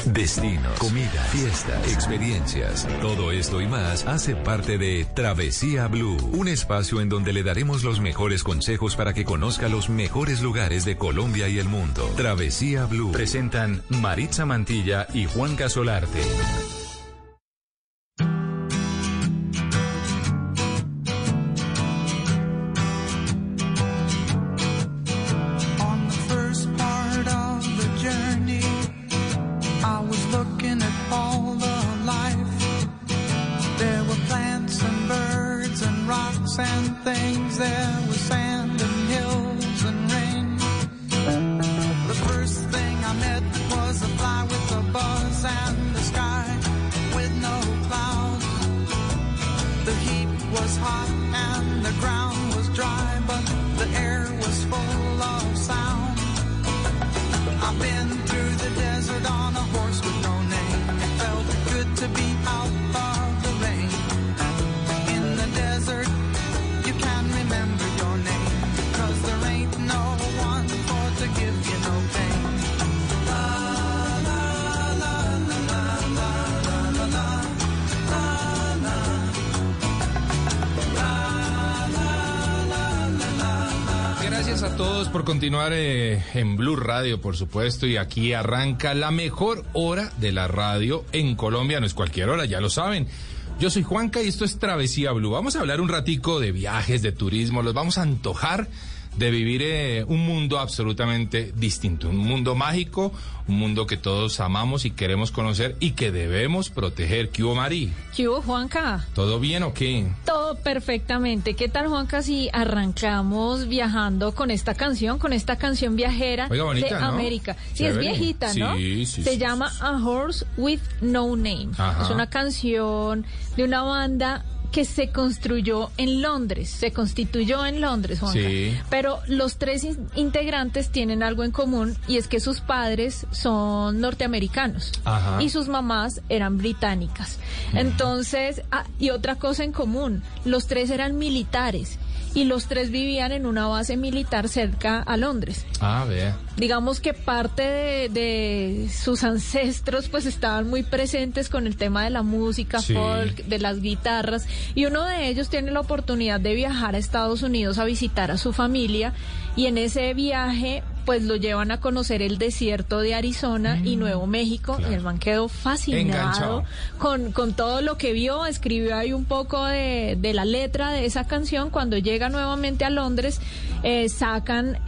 Destinos, comida, fiestas, experiencias. Todo esto y más hace parte de Travesía Blue, un espacio en donde le daremos los mejores consejos para que conozca los mejores lugares de Colombia y el mundo. Travesía Blue. Presentan Maritza Mantilla y Juan Casolarte. Por continuar en Blue Radio, por supuesto, y aquí arranca la mejor hora de la radio en Colombia. No es cualquier hora, ya lo saben. Yo soy Juanca y esto es Travesía Blue. Vamos a hablar un ratico de viajes, de turismo, los vamos a antojar de vivir un mundo absolutamente distinto, un mundo mágico, un mundo que todos amamos y queremos conocer y que debemos proteger. ¿Qué hubo, Mari? ¿Qué hubo, Juanca? ¿Todo bien o qué? Todo perfectamente. ¿Qué tal, Juanca, si arrancamos viajando con esta canción viajera? Oiga, bonita, de ¿no? América? Sí, Chévere. es viejita, ¿no? Sí. Se llama A Horse with No Name. Ajá. Es una canción de una banda que se construyó en Londres, se constituyó en Londres, Juanca. Sí. Pero los tres integrantes tienen algo en común y es que sus padres son norteamericanos. Ajá. Y sus mamás eran británicas. Entonces, y otra cosa en común, los tres eran militares y los tres vivían en una base militar cerca a Londres. Vea. Digamos que parte de sus ancestros pues estaban muy presentes con el tema de la música, Sí. folk, de las guitarras, y uno de ellos tiene la oportunidad de viajar a Estados Unidos a visitar a su familia, y en ese viaje pues lo llevan a conocer el desierto de Arizona y Nuevo México, claro. y el man quedó fascinado con todo lo que vio, escribió ahí un poco de la letra de esa canción. Cuando llega nuevamente a Londres, sacan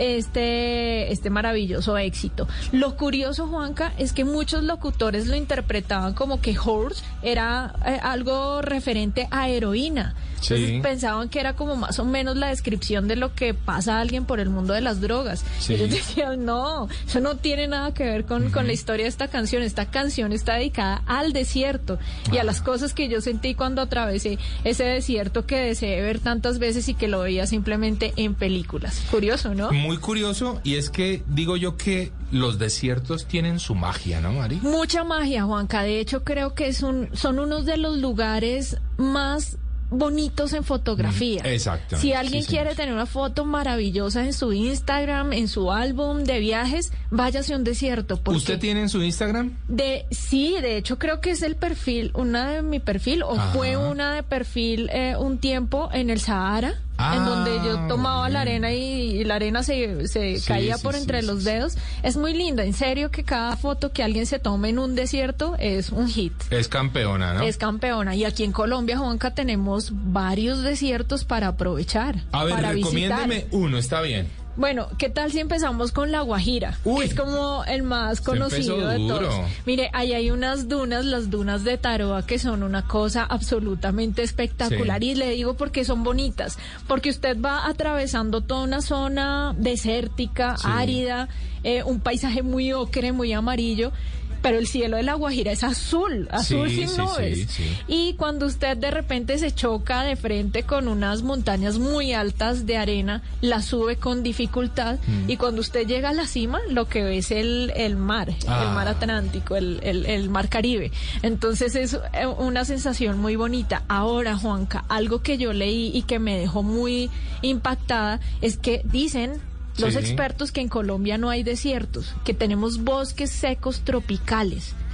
este maravilloso éxito. Lo curioso, Juanca, es que muchos locutores lo interpretaban como que horse era algo referente a heroína. Sí. Entonces pensaban que era como más o menos la descripción de lo que pasa a alguien por el mundo de las drogas. Sí. Ellos decían, no, eso no tiene nada que ver con la historia de esta canción. Esta canción está dedicada al desierto y a las cosas que yo sentí cuando atravesé ese desierto que deseé ver tantas veces y que lo veía simplemente en películas. Curioso, ¿no? Muy curioso, y es que digo yo que los desiertos tienen su magia, ¿no, Mari? Mucha magia, Juanca. De hecho, creo que son unos de los lugares más bonitos en fotografía. Exacto. Si alguien Sí, quiere señor. tener una foto maravillosa en su Instagram, en su álbum de viajes, váyase a un desierto. Porque ¿Usted tiene en su Instagram? Sí, de hecho creo que es el perfil, una de mi perfil, o Ajá. fue una de perfil un tiempo en el Sahara, en donde yo tomaba la arena y la arena se caía por entre los dedos. Es muy linda, en serio, que cada foto que alguien se tome en un desierto es un hit. Es campeona, ¿no? Es campeona. Y aquí en Colombia, Juanca, tenemos varios desiertos para aprovechar. A ver, para recomiéndeme visitar. uno, está bien. Bueno, ¿qué tal si empezamos con La Guajira? Uy. Que es como el más Se empezó conocido de duro. todos. Mire, ahí hay unas dunas, las dunas de Taroa, que son una cosa absolutamente espectacular. Sí. Y le digo porque son bonitas. Porque usted va atravesando toda una zona desértica, Sí. árida, un paisaje muy ocre, muy amarillo. Pero el cielo de La Guajira es azul Sí, sin sí, nubes. sí. Y cuando usted de repente se choca de frente con unas montañas muy altas de arena, la sube con dificultad, y cuando usted llega a la cima, lo que ve es el mar, el mar Atlántico, el mar Caribe. Entonces es una sensación muy bonita. Ahora, Juanca, algo que yo leí y que me dejó muy impactada es que dicen los Sí. expertos que en Colombia no hay desiertos, que tenemos bosques secos tropicales.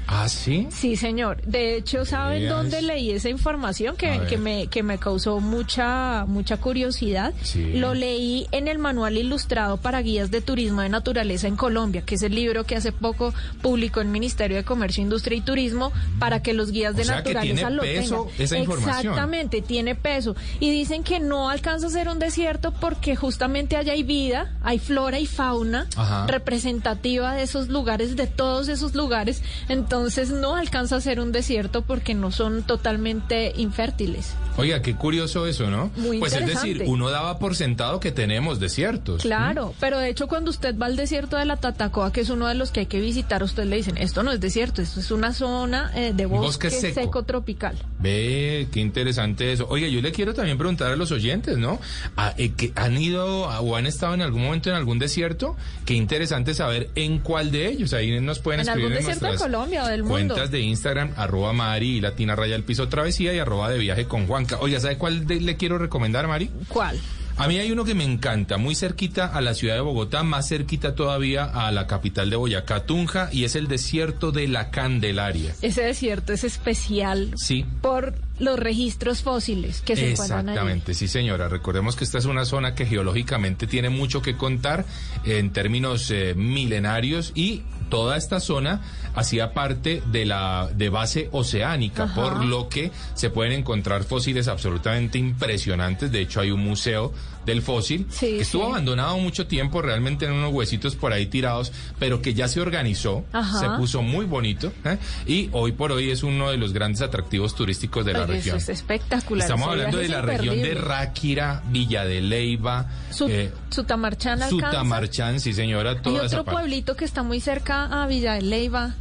¿Ah, sí? Sí, señor. De hecho, ¿saben dónde leí esa información que me causó mucha curiosidad? Sí. Lo leí en el Manual Ilustrado para Guías de Turismo de Naturaleza en Colombia, que es el libro que hace poco publicó el Ministerio de Comercio, Industria y Turismo para que los guías de naturaleza lo tengan. ¿Tiene peso esa información? Exactamente, tiene peso. Y dicen que no alcanza a ser un desierto porque justamente allá hay vida, hay flora y fauna representativa de esos lugares, de todos esos lugares. Entonces no alcanza a ser un desierto porque no son totalmente infértiles. Oiga, qué curioso eso, ¿no? Muy pues interesante. es decir, uno daba por sentado que tenemos desiertos. Claro, pero de hecho cuando usted va al desierto de la Tatacoa, que es uno de los que hay que visitar, a usted le dicen, esto no es desierto, esto es una zona de bosque seco tropical. Ve, qué interesante eso. Oiga, yo le quiero también preguntar a los oyentes, ¿no? ¿Que han ido o han estado en algún momento en algún desierto? Qué interesante saber en cuál de ellos. Ahí nos pueden escribir en algún desierto de Colombia o del mundo. Cuentas de Instagram, @Mari _al_piso travesía y @de viaje con Juanca. Oiga, ¿sabe cuál le quiero recomendar, Mari? ¿Cuál? A mí hay uno que me encanta, muy cerquita a la ciudad de Bogotá, más cerquita todavía a la capital de Boyacá, Tunja, y es el desierto de la Candelaria. Ese desierto es especial por los registros fósiles que se encuentran ahí. Exactamente, sí señora. Recordemos que esta es una zona que geológicamente tiene mucho que contar en términos milenarios, y toda esta zona hacía parte de base oceánica, por lo que se pueden encontrar fósiles absolutamente impresionantes. De hecho, hay un museo del fósil que estuvo abandonado mucho tiempo, realmente en unos huesitos por ahí tirados, pero que ya se organizó, se puso muy bonito, y hoy por hoy es uno de los grandes atractivos turísticos de la región. Eso es espectacular. Estamos hablando de la región de Ráquira, Villa de Leyva, Sutamarchán, Sutamarchán, sí señora. Hay otro pueblito que está muy cerca a Villa de Leyva.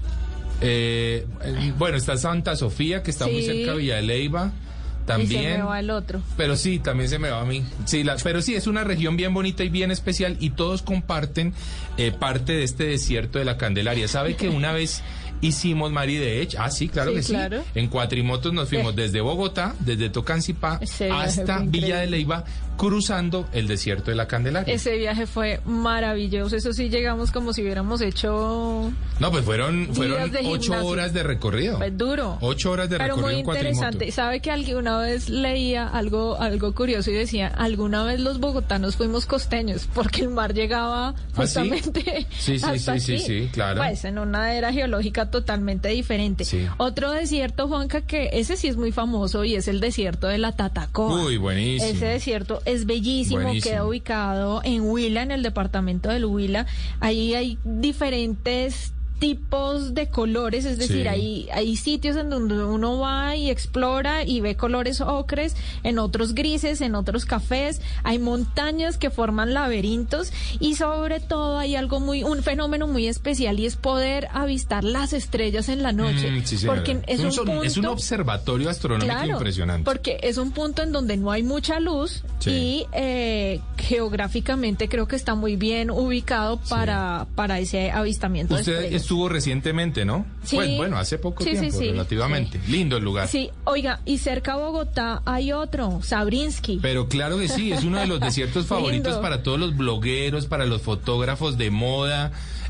Bueno, está Santa Sofía, que está muy cerca de Villa de Leyva. También. Y se me va el otro. Pero sí, también se me va a mí. Sí, pero sí, es una región bien bonita y bien especial, y todos comparten parte de este desierto de la Candelaria. ¿Sabe que una vez hicimos, Mari, de hecho? Sí, claro que sí. En cuatrimotos nos fuimos desde Bogotá, desde Tocancipá hasta Villa de Leyva, cruzando el desierto de la Candelaria. Ese viaje fue maravilloso. Eso sí, llegamos como si hubiéramos hecho... No, pues fueron 8 horas de recorrido. Pues duro. 8 horas de recorrido en cuatrimoto. Pero muy interesante. ¿Sabe que alguna vez leía algo curioso y decía, alguna vez los bogotanos fuimos costeños porque el mar llegaba justamente hasta aquí? Sí, claro. Pues en una era geológica totalmente diferente. Sí. Otro desierto, Juanca, que ese sí es muy famoso, y es el desierto de la Tatacoa. Uy, buenísimo. Ese desierto es bellísimo, queda ubicado en Huila, en el departamento del Huila. Ahí hay diferentes tipos de colores, es decir, hay sitios en donde uno va y explora y ve colores ocres, en otros grises, en otros cafés, hay montañas que forman laberintos, y sobre todo hay un fenómeno muy especial, y es poder avistar las estrellas en la noche, porque es un observatorio astronómico impresionante, porque es un punto en donde no hay mucha luz y geográficamente creo que está muy bien ubicado para ese avistamiento de estrellas. Estuvo recientemente, ¿no? Sí. Bueno, hace poco tiempo, relativamente. Sí. Lindo el lugar. Sí, oiga, y cerca a Bogotá hay otro, Sabrinsky. Pero claro que sí, es uno de los desiertos favoritos para todos los blogueros, para los fotógrafos de moda.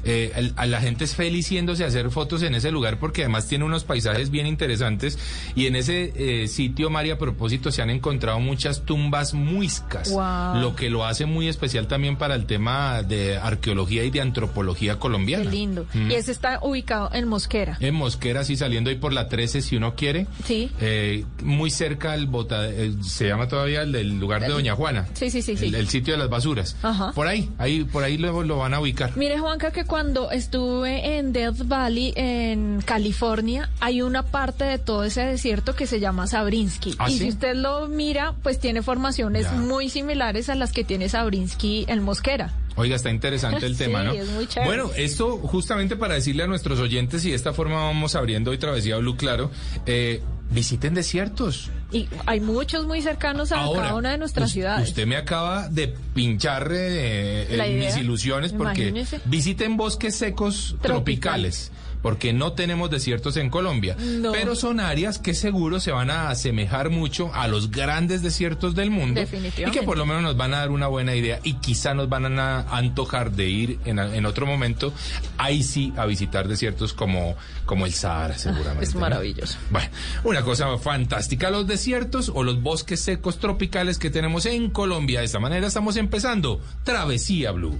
A la gente es feliz yéndose a hacer fotos en ese lugar, porque además tiene unos paisajes bien interesantes, y en ese sitio, María, a propósito, se han encontrado muchas tumbas muiscas, lo que lo hace muy especial también para el tema de arqueología y de antropología colombiana. Qué lindo. Y ese está ubicado en Mosquera. En Mosquera, sí, saliendo ahí por la 13 si uno quiere. Sí. Muy cerca al se llama todavía el lugar de Doña Juana. Sí. El sitio de las basuras. Ajá. Por ahí luego lo van a ubicar. Mire, Juanca, que cuando estuve en Death Valley, en California, hay una parte de todo ese desierto que se llama Sabrinsky. Y si usted lo mira, pues tiene formaciones muy similares a las que tiene Sabrinsky en Mosquera. Oiga, está interesante el tema, ¿no? Sí, es muy chévere. Bueno, esto justamente para decirle a nuestros oyentes, y de esta forma vamos abriendo hoy Travesía Blue, claro, visiten desiertos. Y hay muchos muy cercanos a cada una de nuestras ciudades. Usted me acaba de pinchar mis ilusiones, porque visiten bosques secos tropicales. porque no tenemos desiertos en Colombia, pero son áreas que seguro se van a asemejar mucho a los grandes desiertos del mundo. Definitivamente. Y que por lo menos nos van a dar una buena idea y quizá nos van a antojar de ir en otro momento, ahí sí, a visitar desiertos como el Sahara, seguramente. Es maravilloso. Bueno, una cosa fantástica, los desiertos o los bosques secos tropicales que tenemos en Colombia. De esta manera estamos empezando Travesía Blue.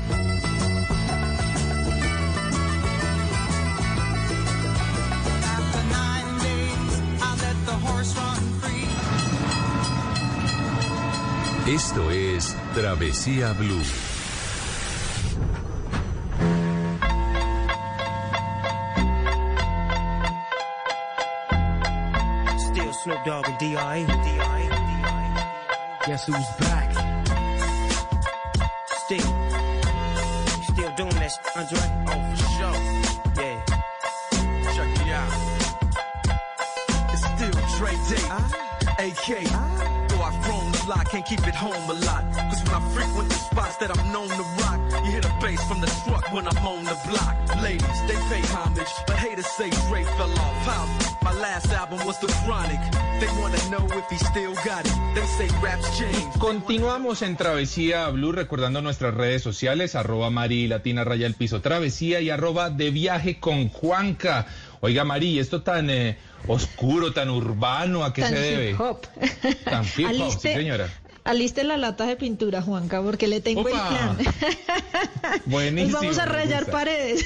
Esto es Travesía Blue. Still Snoop Dogg and D.I. Guess who's back? Still doing this, Andre? Oh, for sure. Yeah. Check me out. It's still Dre Day, A.K. I've grown a lot, can't keep it home a lot. Cause when I frequent the spots that I'm known to rock, you hear the bass from the truck when I'm on the block. Ladies, they pay homage, but haters say Dre fell off. How? My last album was The Chronic. They wanna know if he still got it. They say raps change. Continuamos en Travesía Blue, recordando nuestras redes sociales, @Mari_Latina_Piso Travesía y @De Viaje con Juanca. Oiga, Mari, esto tan oscuro, tan urbano, ¿a qué se debe? Hip hop. Tan hip hop, sí, señora. Aliste la lata de pintura, Juanca, porque le tengo el plan. Buenísimo. Nos vamos a rayar paredes.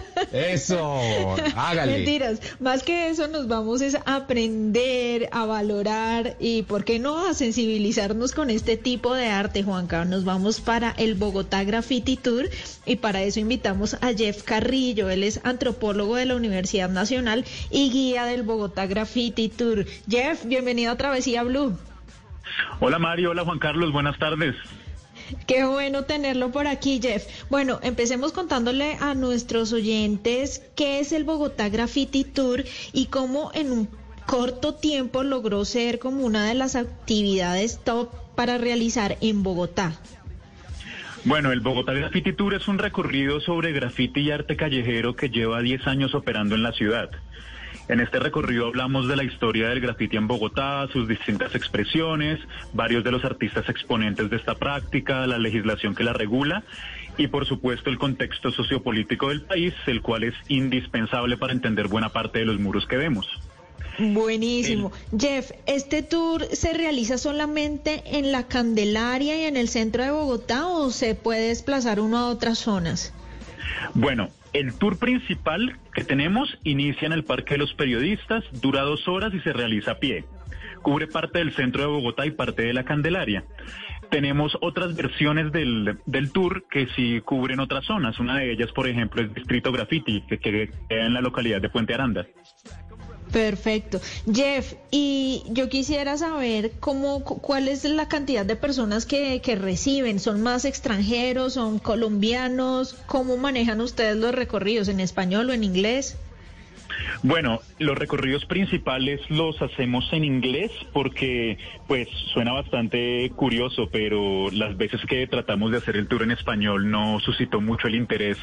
Eso, hágale. Mentiras. Más que eso, nos vamos a aprender, a valorar y, ¿por qué no?, a sensibilizarnos con este tipo de arte, Juanca. Nos vamos para el Bogotá Graffiti Tour y para eso invitamos a Jeff Carrillo. Él es antropólogo de la Universidad Nacional y guía del Bogotá Graffiti Tour. Jeff, bienvenido a Travesía Blue. Hola Mari, hola Juan Carlos, buenas tardes. Qué bueno tenerlo por aquí, Jeff. Bueno, empecemos contándole a nuestros oyentes qué es el Bogotá Graffiti Tour y cómo en un corto tiempo logró ser como una de las actividades top para realizar en Bogotá. Bueno, el Bogotá Graffiti Tour es un recorrido sobre graffiti y arte callejero que lleva 10 años operando en la ciudad. En este recorrido hablamos de la historia del graffiti en Bogotá, sus distintas expresiones, varios de los artistas exponentes de esta práctica, la legislación que la regula y por supuesto el contexto sociopolítico del país, el cual es indispensable para entender buena parte de los muros que vemos. Buenísimo. Jeff, ¿este tour se realiza solamente en la Candelaria y en el centro de Bogotá o se puede desplazar uno a otras zonas? Bueno, el tour principal que tenemos inicia en el Parque de los Periodistas, dura 2 horas y se realiza a pie. Cubre parte del centro de Bogotá y parte de la Candelaria. Tenemos otras versiones del tour que sí cubren otras zonas. Una de ellas, por ejemplo, es Distrito Graffiti, que queda en la localidad de Puente Aranda. Perfecto. Jeff, y yo quisiera saber cuál es la cantidad de personas que reciben. ¿Son más extranjeros? ¿Son colombianos? ¿Cómo manejan ustedes los recorridos? ¿En español o en inglés? Bueno, los recorridos principales los hacemos en inglés porque pues suena bastante curioso, pero las veces que tratamos de hacer el tour en español no suscitó mucho el interés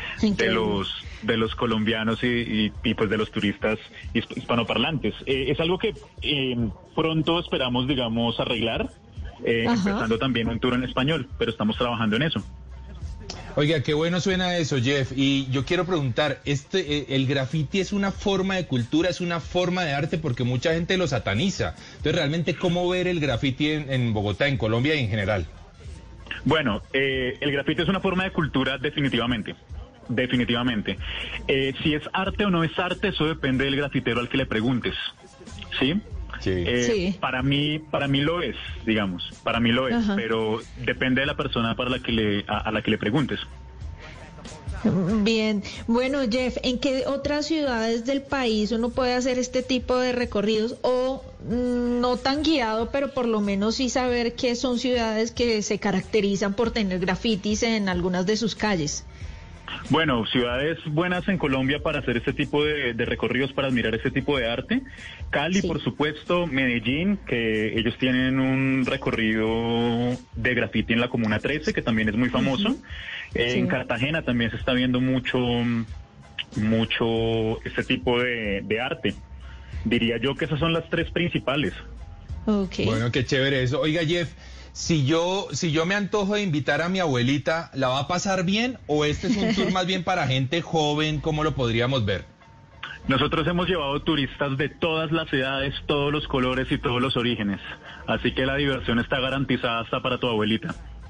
de los colombianos y pues de los turistas hispanoparlantes. Es algo que pronto esperamos, digamos, arreglar, empezando también un tour en español, pero estamos trabajando en eso. Oiga, qué bueno suena eso, Jeff. Y yo quiero preguntar, ¿el graffiti es una forma de cultura, es una forma de arte? Porque mucha gente lo sataniza. Entonces, realmente, ¿cómo ver el graffiti en Bogotá, en Colombia y en general? Bueno, el graffiti es una forma de cultura definitivamente. Definitivamente. Si es arte o no es arte, eso depende del grafitero al que le preguntes. ¿Sí? Sí. Para mí lo es, digamos, para mí lo es, pero depende de la persona a la que le preguntes. Bien, bueno, Jeff, ¿en qué otras ciudades del país uno puede hacer este tipo de recorridos o no tan guiado, pero por lo menos sí saber que son ciudades que se caracterizan por tener grafitis en algunas de sus calles? Bueno, ciudades buenas en Colombia para hacer este tipo de recorridos, para admirar este tipo de arte. Cali, sí. Por supuesto, Medellín, que ellos tienen un recorrido de grafiti en la Comuna 13, que también es muy famoso. En Cartagena también se está viendo mucho mucho este tipo de arte. Diría yo que esas son las tres principales. Okay. Bueno, qué chévere eso. Oiga, Jeff, si yo me antojo de invitar a mi abuelita, ¿la va a pasar bien o este es un tour más bien para gente joven? ¿Cómo lo podríamos ver? Nosotros hemos llevado turistas de todas las edades, todos los colores y todos los orígenes. Así que la diversión está garantizada hasta para tu abuelita.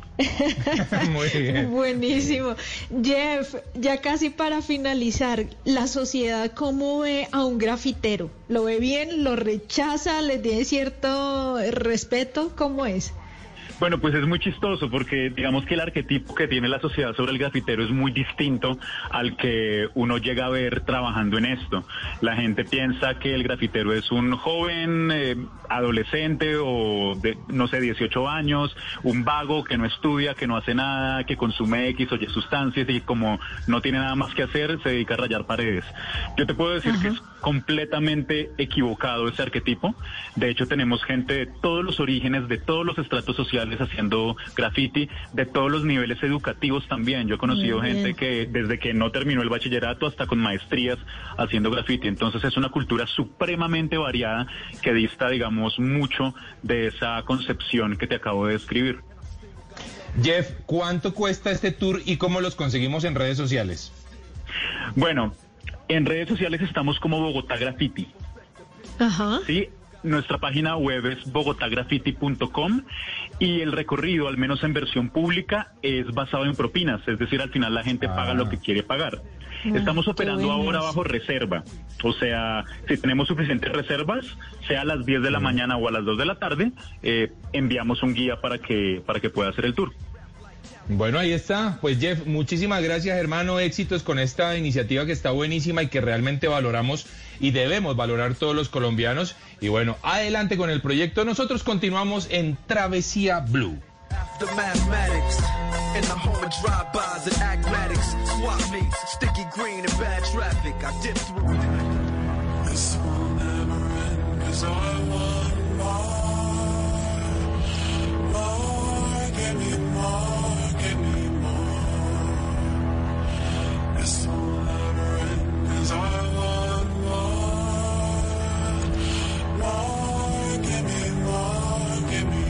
Muy bien. Buenísimo. Jeff, ya casi para finalizar, ¿la sociedad cómo ve a un grafitero? ¿Lo ve bien? ¿Lo rechaza? ¿Le tiene cierto respeto? ¿Cómo es? Bueno, pues es muy chistoso porque digamos que el arquetipo que tiene la sociedad sobre el grafitero es muy distinto al que uno llega a ver trabajando en esto. La gente piensa que el grafitero es un joven adolescente o de, no sé, 18 años, un vago que no estudia, que no hace nada, que consume X o Y sustancias y como no tiene nada más que hacer, se dedica a rayar paredes. Yo te puedo decir que es completamente equivocado ese arquetipo. De hecho, tenemos gente de todos los orígenes, de todos los estratos sociales haciendo graffiti, de todos los niveles educativos también. Yo he conocido gente que desde que no terminó el bachillerato hasta con maestrías haciendo graffiti. Entonces es una cultura supremamente variada que dista, digamos, mucho de esa concepción que te acabo de describir. Jeff, ¿cuánto cuesta este tour y cómo los conseguimos en redes sociales? Bueno, en redes sociales estamos como Bogotá Graffiti. Ajá. Sí, nuestra página web es bogotagraffiti.com y el recorrido, al menos en versión pública, es basado en propinas, es decir, al final la gente paga lo que quiere pagar. Estamos operando ahora bajo reserva, o sea, si tenemos suficientes reservas, sea a las 10 de la mañana o a las 2 de la tarde, enviamos un guía para que pueda hacer el tour. Bueno, ahí está. Pues Jeff, muchísimas gracias, hermano. Éxitos con esta iniciativa que está buenísima y que realmente valoramos y debemos valorar todos los colombianos. Y bueno, adelante con el proyecto. Nosotros continuamos en Travesía Blue. The mathematics in the home of drive-bys and acmatics, swap meets, sticky green and bad traffic. I dip through. This will never end 'cause I want more. More, give me more, give me more. This will never end 'cause I want more. More, give me more, give me more.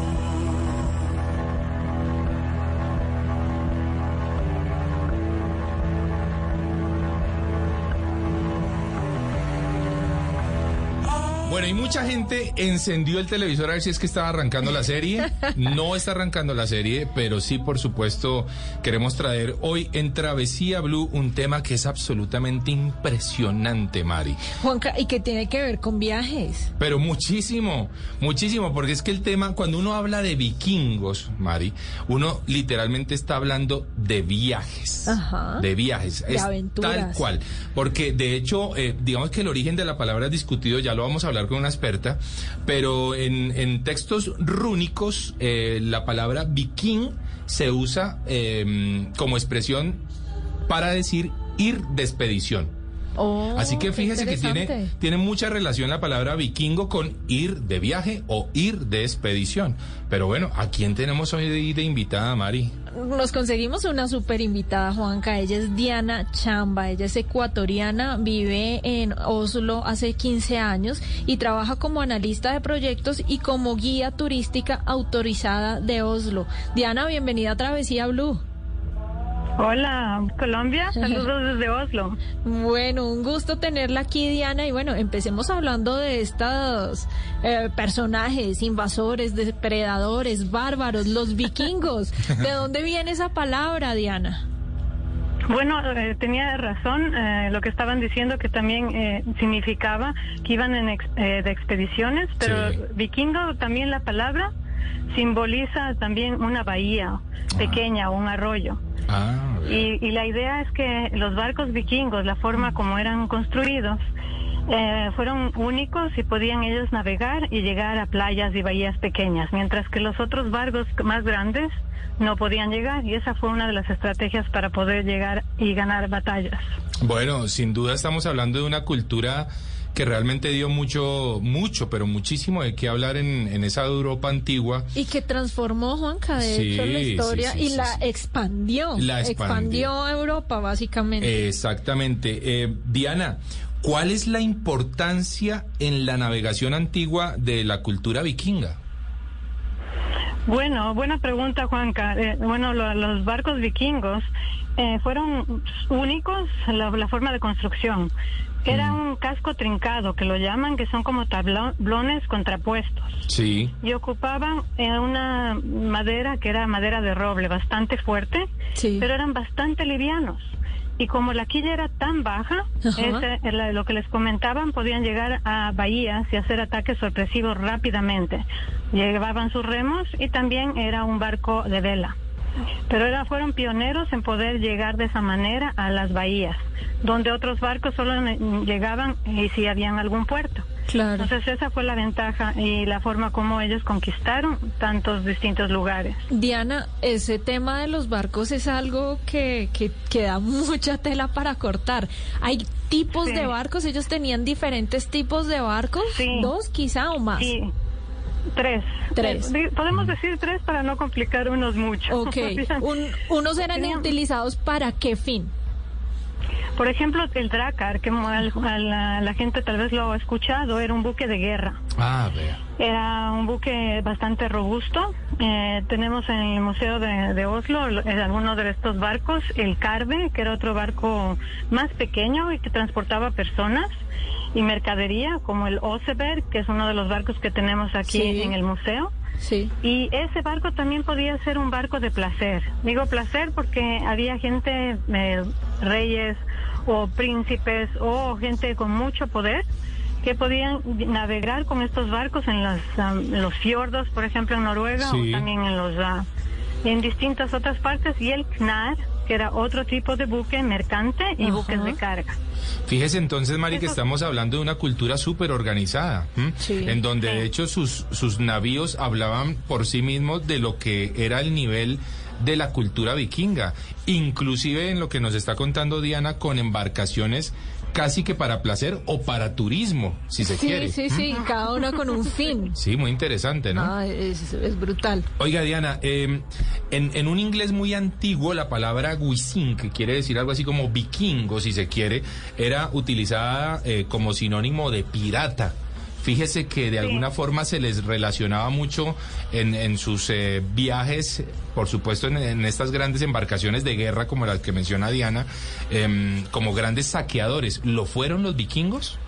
Bueno, y mucha gente encendió el televisor a ver si es que estaba arrancando la serie. No está arrancando la serie, pero sí, por supuesto, queremos traer hoy en Travesía Blue un tema que es absolutamente impresionante, Mari. Juanca, y que tiene que ver con viajes. Pero muchísimo, muchísimo, porque es que el tema, cuando uno habla de vikingos, Mari, uno literalmente está hablando de viajes. Ajá. De viajes. De es aventuras. tal cual. Porque, de hecho, digamos que el origen de la palabra es discutido, ya lo vamos a hablar con una experta, pero en textos rúnicos la palabra viking se usa como expresión para decir ir de expedición. Oh, así que fíjese que tiene mucha relación la palabra vikingo con ir de viaje o ir de expedición. Pero bueno, ¿a quién tenemos hoy de invitada, Mari? Nos conseguimos una súper invitada, Juanca. Ella es Diana Chamba, ella es ecuatoriana, vive en Oslo hace 15 años y trabaja como analista de proyectos y como guía turística autorizada de Oslo. Diana, bienvenida a Travesía Blue. Hola, Colombia, saludos desde Oslo. Bueno, un gusto tenerla aquí, Diana, y bueno, empecemos hablando de estos personajes, invasores, depredadores, bárbaros, los vikingos. ¿De dónde viene esa palabra, Diana? Bueno, tenía razón lo que estaban diciendo, que también significaba que iban de expediciones, pero sí. Vikingo también la palabra simboliza también una bahía pequeña o un arroyo. Y la idea es que los barcos vikingos, la forma como eran construidos, fueron únicos y podían ellos navegar y llegar a playas y bahías pequeñas, mientras que los otros barcos más grandes no podían llegar, y esa fue una de las estrategias para poder llegar y ganar batallas. Bueno, sin duda estamos hablando de una cultura que realmente dio mucho, pero muchísimo de qué hablar en esa Europa antigua. Y que transformó, Juanca, de hecho, la historia la expandió. Expandió a Europa, básicamente. Exactamente. Diana, ¿cuál es la importancia en la navegación antigua de la cultura vikinga? Bueno, buena pregunta, Juanca. Los barcos vikingos fueron únicos en la forma de construcción. Era un casco trincado, que lo llaman, que son como tablones contrapuestos. Sí. Y ocupaban una madera que era madera de roble, bastante fuerte, sí, pero eran bastante livianos. Y como la quilla era tan baja, lo que les comentaban, podían llegar a bahías y hacer ataques sorpresivos rápidamente. Llevaban sus remos y también era un barco de vela. Pero fueron pioneros en poder llegar de esa manera a las bahías, donde otros barcos solo llegaban y si habían algún puerto. Claro. Entonces esa fue la ventaja y la forma como ellos conquistaron tantos distintos lugares. Diana, ese tema de los barcos es algo que da mucha tela para cortar. Hay tipos de barcos, ellos tenían diferentes tipos de barcos, 2 quizá o más. Sí. 3. Podemos decir 3 para no complicar unos mucho. Ok. Unos eran utilizados ¿para qué fin? Por ejemplo, el Drakkar, que la gente tal vez lo ha escuchado, era un buque de guerra. Vea. Era un buque bastante robusto. Tenemos en el Museo de Oslo algunos de estos barcos. El Karve, que era otro barco más pequeño y que transportaba personas y mercadería, como el Oseberg, que es uno de los barcos que tenemos aquí en el museo. Sí. Y ese barco también podía ser un barco de placer. Digo placer porque había gente, reyes o príncipes o gente con mucho poder, que podían navegar con estos barcos en los fiordos, por ejemplo en Noruega, o también en distintas otras partes, y el Knar, que era otro tipo de buque mercante y buques de carga. Fíjese entonces, Mari, que estamos hablando de una cultura súper organizada, en donde de hecho sus navíos hablaban por sí mismos de lo que era el nivel de la cultura vikinga, inclusive en lo que nos está contando Diana, con embarcaciones casi que para placer o para turismo, si se quiere. Sí, cada una con un fin. Sí, muy interesante, ¿no? Es brutal. Oiga, Diana, en un inglés muy antiguo, la palabra Viking, que quiere decir algo así como vikingo, si se quiere, era utilizada como sinónimo de pirata. Fíjese que de alguna forma se les relacionaba mucho en sus viajes, por supuesto en estas grandes embarcaciones de guerra como las que menciona Diana, como grandes saqueadores. ¿Lo fueron los vikingos?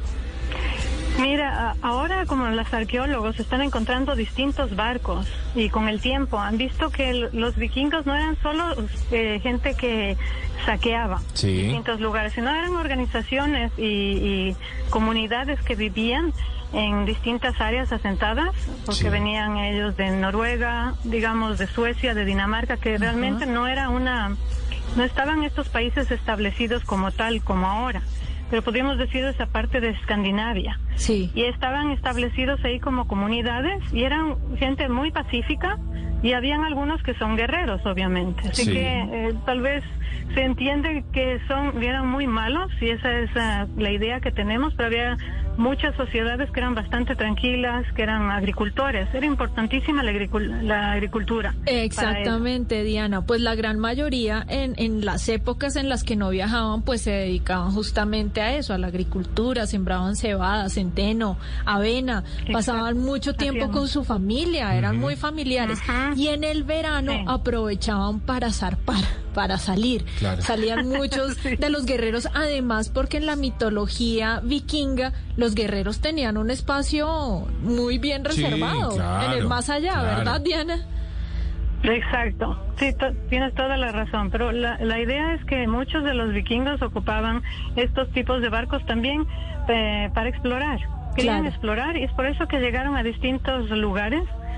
Mira, ahora como los arqueólogos están encontrando distintos barcos y con el tiempo han visto que los vikingos no eran solo gente que saqueaba distintos lugares, sino eran organizaciones y comunidades que vivían en distintas áreas asentadas, porque venían ellos de Noruega, digamos de Suecia, de Dinamarca, que realmente no estaban estos países establecidos como tal, como ahora, pero podríamos decir esa parte de Escandinavia. Sí. Y estaban establecidos ahí como comunidades y eran gente muy pacífica y habían algunos que son guerreros, obviamente. Así que tal vez se entiende que eran muy malos y esa es la idea que tenemos, pero había muchas sociedades que eran bastante tranquilas, que eran agricultores. Era importantísima la agricultura. Exactamente, Diana. Pues la gran mayoría en las épocas en las que no viajaban, pues se dedicaban justamente a eso, a la agricultura, sembraban cebada, centeno, avena, pasaban mucho tiempo con su familia, eran muy familiares. Y en el verano aprovechaban para zarpar, para salir. Claro. Salían muchos de los guerreros, además porque en la mitología vikinga los guerreros tenían un espacio muy bien reservado, en el más allá, ¿verdad, Diana? Exacto, sí, tienes toda la razón, pero la idea es que muchos de los vikingos ocupaban estos tipos de barcos también para explorar, querían explorar, y es por eso que llegaron a distintos lugares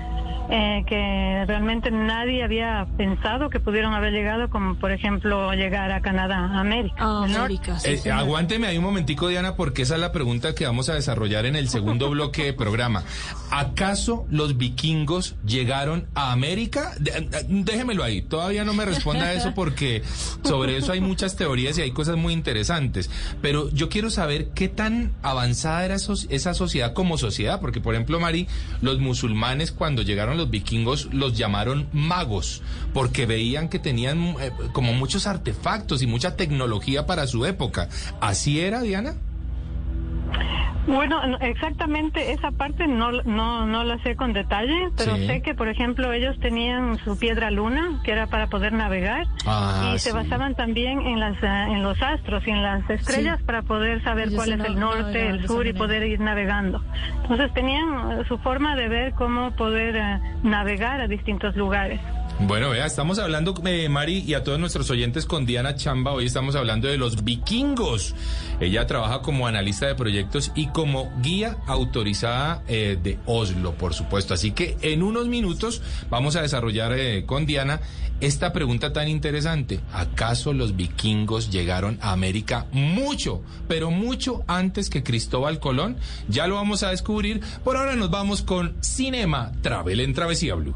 que realmente nadie había pensado que pudieron haber llegado, como por ejemplo llegar a Canadá, a América. Aguánteme ahí un momentico, Diana, porque esa es la pregunta que vamos a desarrollar en el segundo bloque de programa. ¿Acaso los vikingos llegaron a América? Déjemelo ahí, todavía no me responda eso porque sobre eso hay muchas teorías y hay cosas muy interesantes, pero yo quiero saber qué tan avanzada era esa sociedad como sociedad, porque por ejemplo, Mari, los musulmanes cuando llegaron los vikingos los llamaron magos, porque veían que tenían como muchos artefactos y mucha tecnología para su época. ¿Así era, Diana? Bueno, exactamente esa parte no la sé con detalle, pero sé que, por ejemplo, ellos tenían su piedra luna, que era para poder navegar, y se basaban también en los astros y en las estrellas para poder saber cuál es el norte, el sur y poder ir navegando. Entonces tenían su forma de ver cómo poder navegar a distintos lugares. Bueno, vea, estamos hablando, Mari, y a todos nuestros oyentes con Diana Chamba. Hoy estamos hablando de los vikingos. Ella trabaja como analista de proyectos y como guía autorizada de Oslo, por supuesto. Así que en unos minutos vamos a desarrollar con Diana esta pregunta tan interesante. ¿Acaso los vikingos llegaron a América mucho, pero mucho antes que Cristóbal Colón? Ya lo vamos a descubrir. Por ahora nos vamos con Cinema Travel en Travesía Blue.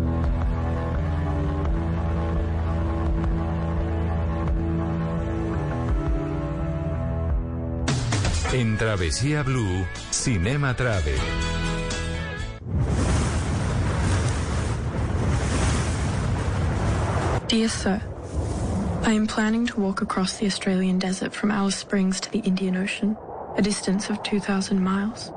En Travesía Blue, Cinema Travel. Dear Sir, I am planning to walk across the Australian desert from Alice Springs to the Indian Ocean, a distance of 2,000 miles.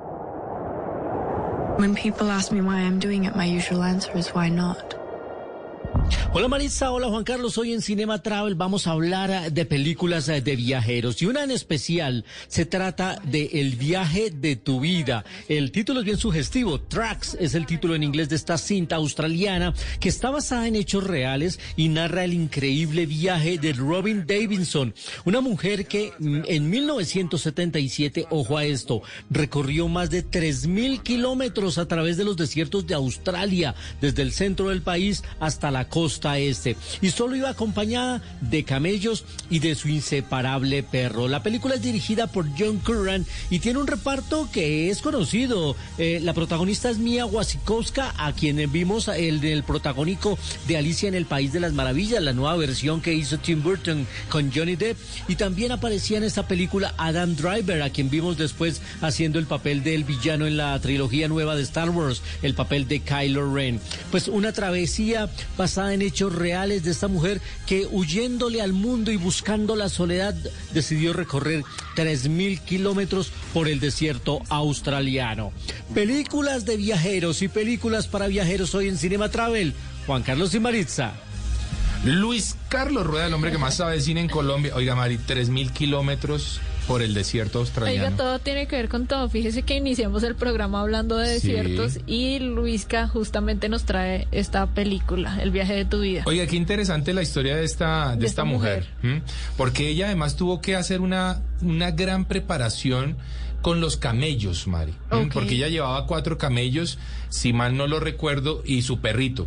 When people ask me why I'm doing it, my usual answer is why not. Hola Maritza, hola Juan Carlos, hoy en Cinema Travel vamos a hablar de películas de viajeros y una en especial se trata de El viaje de tu vida. El título es bien sugestivo, Tracks es el título en inglés de esta cinta australiana que está basada en hechos reales y narra el increíble viaje de Robin Davidson, una mujer que en 1977, ojo a esto, recorrió más de 3.000 kilómetros a través de los desiertos de Australia, desde el centro del país hasta la costa este, y solo iba acompañada de camellos y de su inseparable perro. La película es dirigida por John Curran y tiene un reparto que es conocido. La protagonista es Mia Wasikowska, a quien vimos el protagónico de Alicia en el País de las Maravillas, la nueva versión que hizo Tim Burton con Johnny Depp, y también aparecía en esta película Adam Driver, a quien vimos después haciendo el papel del villano en la trilogía nueva de Star Wars, el papel de Kylo Ren. Pues una travesía basada en hechos reales de esta mujer que, huyéndole al mundo y buscando la soledad, decidió recorrer 3.000 kilómetros por el desierto australiano. Películas de viajeros y películas para viajeros hoy en Cinema Travel. Juan Carlos y Maritza. Luis Carlos Rueda, el hombre que más sabe de cine en Colombia. Oiga, Mari, 3.000 kilómetros por el desierto australiano. Oiga, todo tiene que ver con todo. Fíjese que iniciamos el programa hablando de desiertos y Luisca justamente nos trae esta película, El viaje de tu vida. Oiga, qué interesante la historia de esta mujer. Porque ella además tuvo que hacer una gran preparación con los camellos, Mari. Porque ella llevaba 4 camellos, si mal no lo recuerdo, y su perrito.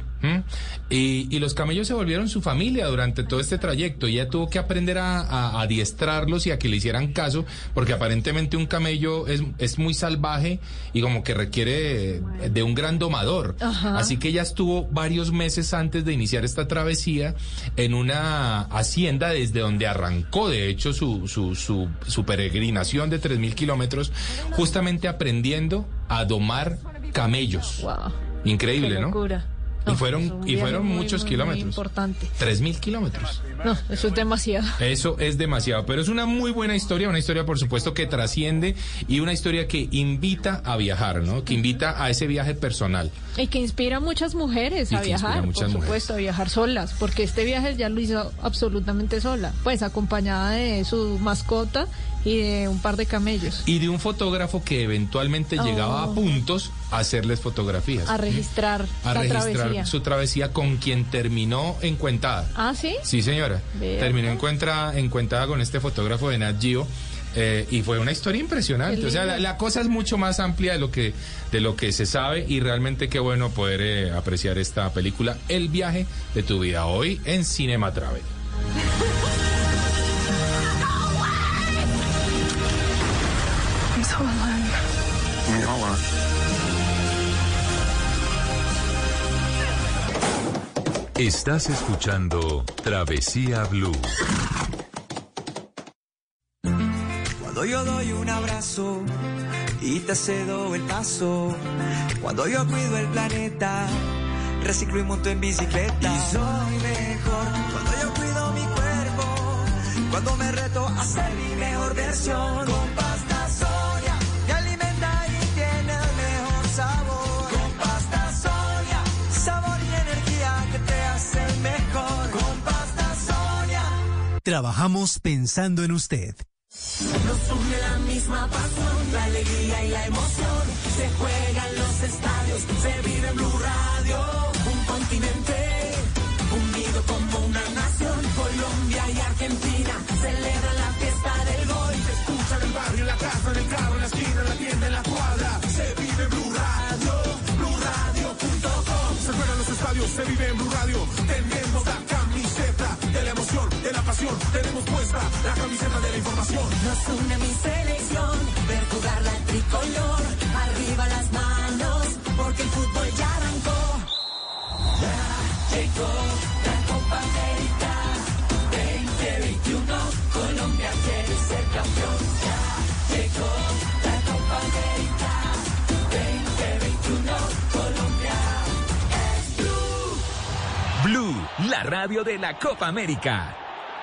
Y los camellos se volvieron su familia durante todo este trayecto. Y ella tuvo que aprender a adiestrarlos y a que le hicieran caso, porque aparentemente un camello es muy salvaje y como que requiere de un gran domador. Ajá. Así que ella estuvo varios meses antes de iniciar esta travesía en una hacienda desde donde arrancó, de hecho, su peregrinación de 3.000 kilómetros, justamente aprendiendo a domar camellos. Wow. Increíble, qué locura. ¿no? Y fueron muchos kilómetros. Muy importante. 3.000 kilómetros. No, eso es demasiado. Eso es demasiado, pero es una muy buena historia, una historia por supuesto que trasciende y una historia que invita a viajar, ¿no? Que invita a ese viaje personal. Y que inspira a muchas mujeres a viajar, por supuesto, a viajar solas, porque este viaje ya lo hizo absolutamente sola, pues acompañada de su mascota y de un par de camellos. Y de un fotógrafo que eventualmente llegaba a puntos a hacerles fotografías. A registrar travesía. Su travesía, con quien terminó encuentada. ¿Ah, sí? Sí, señora. Terminó encuentada con este fotógrafo de Nat Geo, Y fue una historia impresionante. O sea, la cosa es mucho más amplia de lo que se sabe, y realmente qué bueno poder apreciar esta película, El viaje de tu vida, hoy en Cinema Travel. I'm so alone. Estás escuchando Travesía Blue. Cuando yo doy un abrazo y te cedo el paso, cuando yo cuido el planeta, reciclo y monto en bicicleta. Y soy mejor cuando yo cuido mi cuerpo, cuando me reto a ser mi mejor versión. Con pasta Sonia me alimenta y tiene el mejor sabor. Con pasta Sonia, sabor y energía que te hacen mejor. Con pasta Sonia. Trabajamos pensando en usted. Nos une la misma pasión, la alegría y la emoción. Se juega en los estadios, se vive en Blue Radio. Un continente unido como una nación. Colombia y Argentina celebran la fiesta del gol. Se escucha en el barrio, en la casa, en el carro, en la esquina, en la tienda, en la cuadra. Se vive en Blue Radio, BlueRadio.com. Se juega en los estadios, se vive en Blue Radio. Tenemos la camiseta de la emoción, de la pasión. Tenemos puesta la camiseta de la información. Nos une mi selección, ver jugar la tricolor. Arriba las manos, porque el fútbol ya arrancó. Ya llegó la Copa América 2021. Colombia quiere ser campeón. Ya llegó la Copa América 2021. Colombia es Blue. Blue, la radio de la Copa América.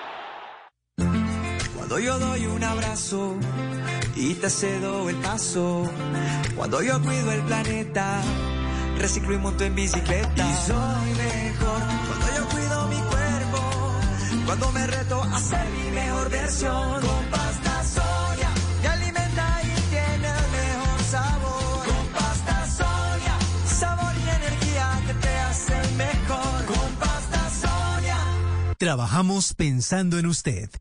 Cuando yo doy un abrazo y te cedo el paso, cuando yo cuido el planeta, reciclo y monto en bicicleta. Y soy mejor cuando yo cuido mi cuerpo, cuando me reto a ser mi mejor versión. Con pasta Sonia me alimenta y tiene el mejor sabor. Con pasta Sonia, sabor y energía que te hacen mejor. Con pasta Sonia. Trabajamos pensando en usted.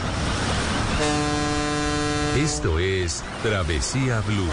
Esto es Travesía Blue.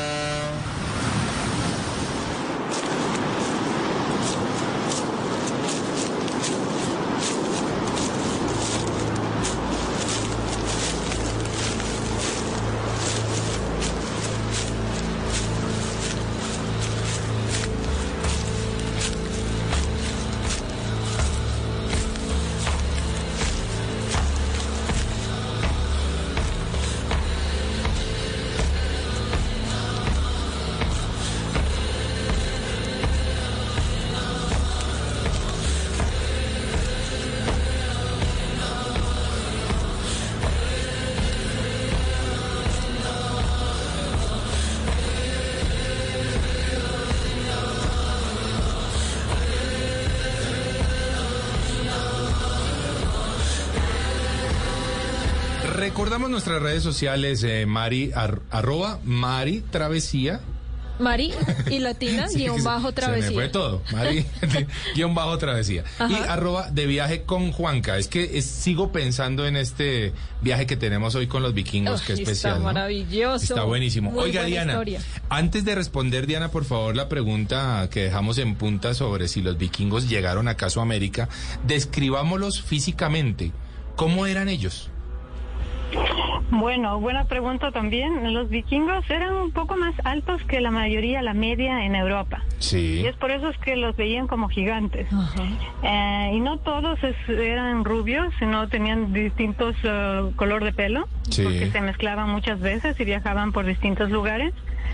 Recordamos nuestras redes sociales, Mari, arroba Mari Travesía. Mari y latina, Sí, guión bajo travesía. Se me fue todo. Mari, guión bajo travesía. Ajá. Y arroba de viaje con Juanca. Es que sigo pensando en este viaje que tenemos hoy con los vikingos, que especial. Está ¿no? maravilloso. Está buenísimo. Muy Oiga, buena Diana, historia. antes de responder, Diana, por favor, la pregunta que dejamos en punta sobre si los vikingos llegaron acaso a América, describámoslos físicamente. ¿Cómo eran ellos? Bueno, buena pregunta también. Los vikingos eran un poco más altos que la mayoría, la media en Europa. Sí. Y es por eso es que los veían como gigantes. Y no todos eran rubios, sino tenían distintos color de pelo, Sí. porque se mezclaban muchas veces y viajaban por distintos lugares.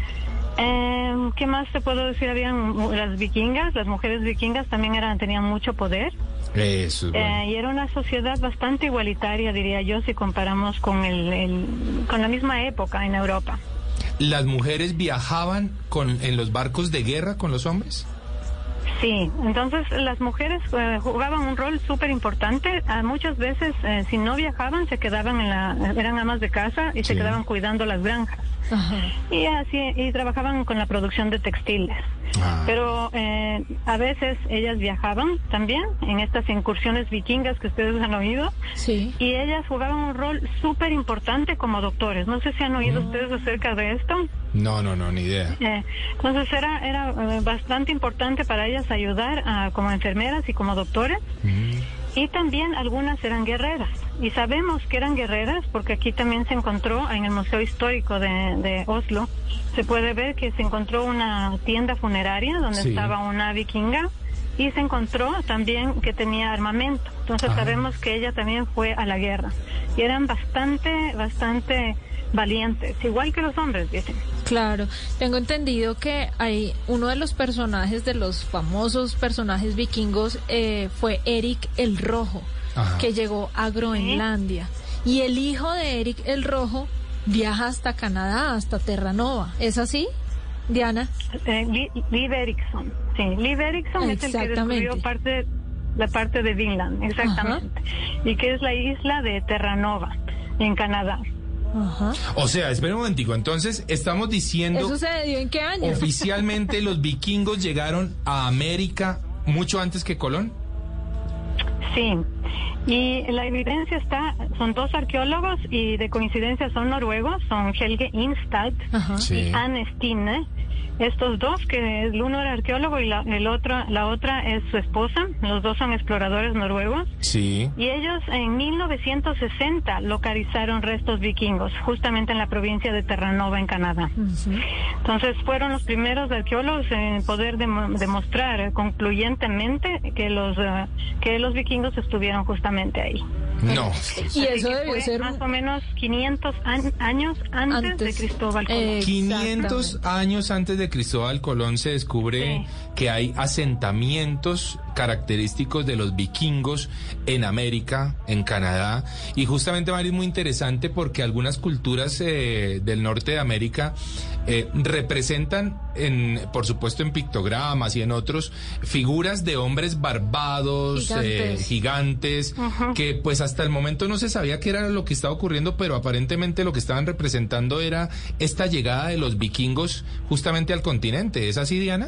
¿Qué más te puedo decir? Habían las vikingas, las mujeres vikingas también tenían mucho poder. Eso es bueno. Y era una sociedad bastante igualitaria, diría yo, si comparamos con con la misma época en Europa. ¿Las mujeres viajaban en los barcos de guerra con los hombres? Sí, entonces las mujeres jugaban un rol súper importante. Muchas veces, si no viajaban, se quedaban eran amas de casa y se quedaban cuidando las granjas. y trabajaban con la producción de textiles. Pero a veces ellas viajaban también en estas incursiones vikingas que ustedes han oído, y ellas jugaban un rol súper importante como doctores. No sé si han oído ustedes acerca de esto. No, ni idea. Entonces era bastante importante para ellas ayudar como enfermeras y como doctores. Y también algunas eran guerreras. Y sabemos que eran guerreras porque aquí también se encontró en el Museo Histórico de Oslo. Se puede ver que se encontró una tienda funeraria donde estaba una vikinga y se encontró también que tenía armamento. Entonces sabemos que ella también fue a la guerra. Y eran bastante valientes, igual que los hombres, dicen. Claro, tengo entendido que hay uno de los personajes, de los famosos personajes vikingos, fue Eric el Rojo, que llegó a Groenlandia. Y el hijo de Eric el Rojo viaja hasta Canadá, hasta Terranova. ¿Es así, Diana? Liv Erikson. Sí, Liv Erikson es el que descubrió la parte de Vinland, exactamente. Y que es la isla de Terranova, en Canadá. O sea, espera un momentico, entonces estamos diciendo... ¿Eso se dio en qué año? Oficialmente los vikingos llegaron a América mucho antes que Colón. Sí, y la evidencia son dos arqueólogos y de coincidencia son noruegos, son Helge Ingstad y Anne Stine. Estos dos, que el uno era arqueólogo y la otra es su esposa, los dos son exploradores noruegos. Sí. Y ellos en 1960 localizaron restos vikingos, justamente en la provincia de Terranova, en Canadá. Entonces fueron los primeros arqueólogos en poder demostrar concluyentemente que los vikingos estuvieron justamente ahí. No. Y eso debió ser más o menos 500 años antes de Cristóbal Colón. 500 años antes de Cristóbal Colón se descubre que hay asentamientos característicos de los vikingos en América, en Canadá, y justamente, Mari, es muy interesante porque algunas culturas del norte de América representan, por supuesto en pictogramas y en otros, figuras de hombres barbados, gigantes, que pues hasta el momento no se sabía qué era lo que estaba ocurriendo, pero aparentemente lo que estaban representando era esta llegada de los vikingos justamente al continente. ¿Es así, Diana?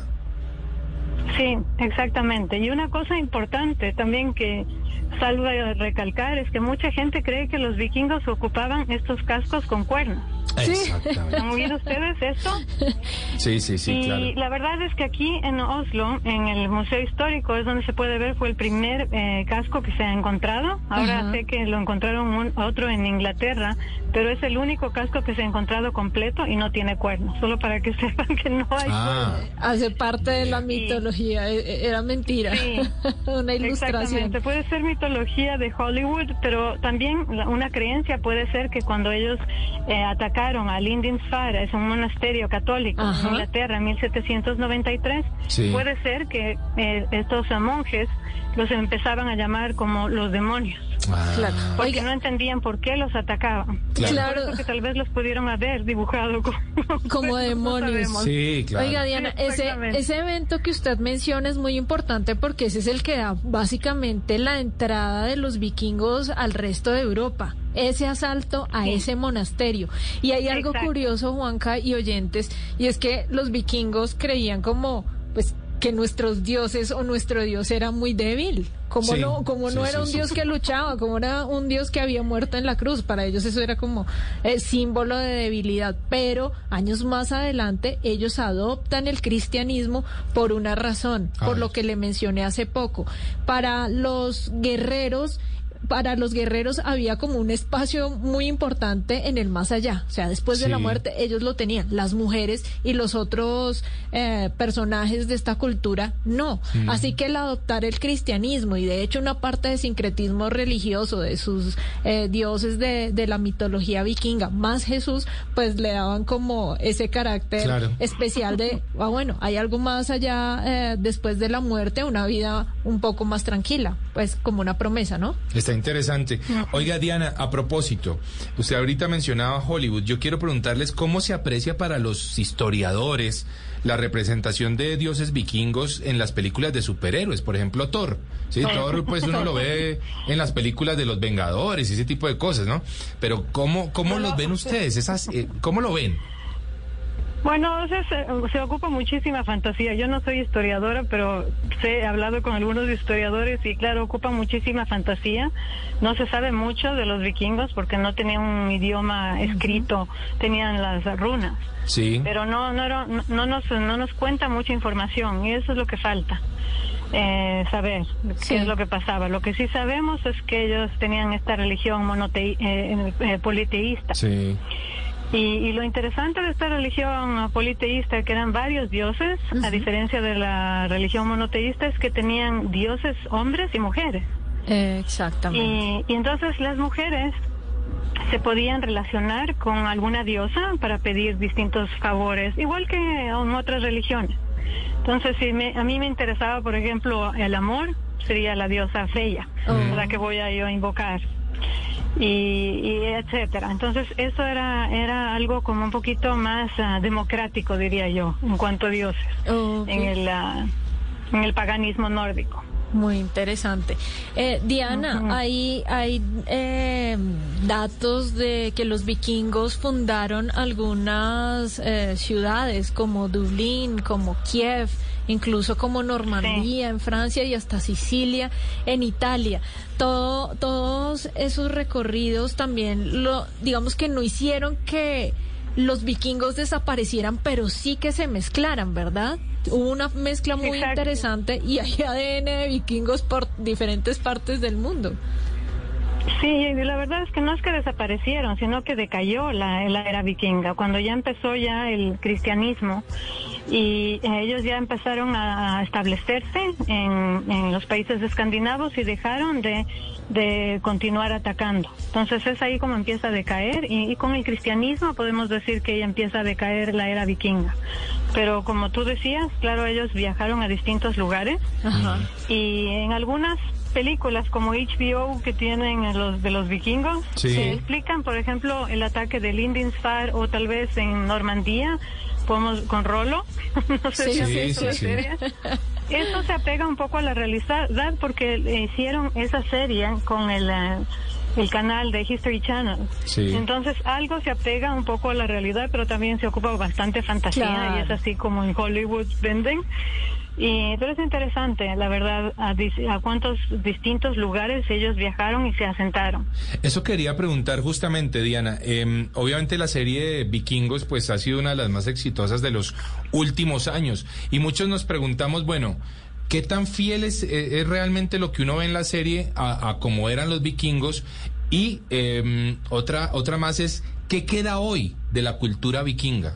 Sí, exactamente. Y una cosa importante también que salvo a recalcar es que mucha gente cree que los vikingos ocupaban estos cascos con cuernos. Exactamente. ¿Han oído ustedes esto? Sí, claro. Y la verdad es que aquí en Oslo, en el Museo Histórico, es donde se puede ver, fue el primer casco que se ha encontrado. Ahora sé que lo encontraron otro en Inglaterra, pero es el único casco que se ha encontrado completo y no tiene cuernos, solo para que sepan que no hay cuernos. Hace parte de la mitología, era mentira. Sí, una ilustración. Exactamente, puede ser mitología de Hollywood, pero también una creencia puede ser que cuando ellos atacaron a Lindisfarne, es un monasterio católico en Inglaterra en 1793, puede ser que estos monjes los empezaban a llamar como los demonios. Claro. Porque no entendían por qué los atacaban. Claro. Por eso que tal vez los pudieron haber dibujado como demonios. No sí, claro. Oiga, Diana, ese evento que usted menciona es muy importante porque ese es el que da básicamente la entrada de los vikingos al resto de Europa. Ese asalto a ese monasterio. Y hay algo curioso, Juanca y oyentes, y es que los vikingos creían como, pues, que nuestros dioses o nuestro dios era muy débil. Como no era un dios que luchaba, como era un dios que había muerto en la cruz. Para ellos eso era como símbolo de debilidad. Pero años más adelante ellos adoptan el cristianismo por una razón, por lo que le mencioné hace poco. Para los guerreros había como un espacio muy importante en el más allá, o sea, después de la muerte ellos lo tenían, las mujeres y los otros personajes de esta cultura no, así que el adoptar el cristianismo y de hecho una parte de sincretismo religioso de sus dioses de la mitología vikinga, más Jesús, pues le daban como ese carácter especial de, bueno, hay algo más allá después de la muerte, una vida un poco más tranquila, pues como una promesa, ¿no? Está interesante. Oiga, Diana, a propósito, usted ahorita mencionaba Hollywood. Yo quiero preguntarles cómo se aprecia para los historiadores la representación de dioses vikingos en las películas de superhéroes, por ejemplo, Thor. Sí, Thor, pues uno lo ve en las películas de los Vengadores y ese tipo de cosas, ¿no? Pero ¿cómo los ven ustedes? ¿Cómo lo ven? Bueno, o sea, se ocupa muchísima fantasía. Yo no soy historiadora, pero he hablado con algunos historiadores y claro, ocupa muchísima fantasía. No se sabe mucho de los vikingos porque no tenían un idioma escrito, tenían las runas. Sí. Pero no nos cuenta mucha información y eso es lo que falta. Saber qué es lo que pasaba. Lo que sí sabemos es que ellos tenían esta religión politeísta. Sí. Y lo interesante de esta religión politeísta, que eran varios dioses, a diferencia de la religión monoteísta, es que tenían dioses hombres y mujeres. Exactamente. Y entonces las mujeres se podían relacionar con alguna diosa para pedir distintos favores, igual que en otras religiones. Entonces, si a mí me interesaba, por ejemplo, el amor, sería la diosa Freya, la que voy a yo invocar. Y etcétera. Entonces eso era algo como un poquito más democrático, diría yo, en cuanto a dioses, en el paganismo nórdico. Muy interesante. Diana, hay datos de que los vikingos fundaron algunas ciudades como Dublín, como Kiev, incluso como Normandía en Francia y hasta Sicilia en Italia. Todos esos recorridos también digamos que no hicieron que los vikingos desaparecieran, pero sí que se mezclaran, ¿verdad? Hubo una mezcla muy interesante y hay ADN de vikingos por diferentes partes del mundo. Sí, la verdad es que no es que desaparecieron, sino que decayó la era vikinga, cuando ya empezó ya el cristianismo y ellos ya empezaron a establecerse en los países escandinavos y dejaron de continuar atacando. Entonces es ahí como empieza a decaer y con el cristianismo podemos decir que ya empieza a decaer la era vikinga. Pero como tú decías, claro, ellos viajaron a distintos lugares. Ajá. Y en algunas películas como HBO que tienen de los vikingos, se explican, por ejemplo, el ataque de Lindisfarne o tal vez en Normandía, con Rollo, no sé si has visto la serie. Eso se apega un poco a la realidad porque hicieron esa serie con el canal de History Channel. Sí. Entonces algo se apega un poco a la realidad, pero también se ocupa bastante fantasía y es así como en Hollywood venden. Pero es interesante, la verdad, a cuántos distintos lugares ellos viajaron y se asentaron. Eso quería preguntar justamente, Diana. Obviamente la serie de Vikingos pues ha sido una de las más exitosas de los últimos años y muchos nos preguntamos, bueno, ¿qué tan fiel es realmente lo que uno ve en la serie a cómo eran los vikingos? Y otra más es, ¿qué queda hoy de la cultura vikinga?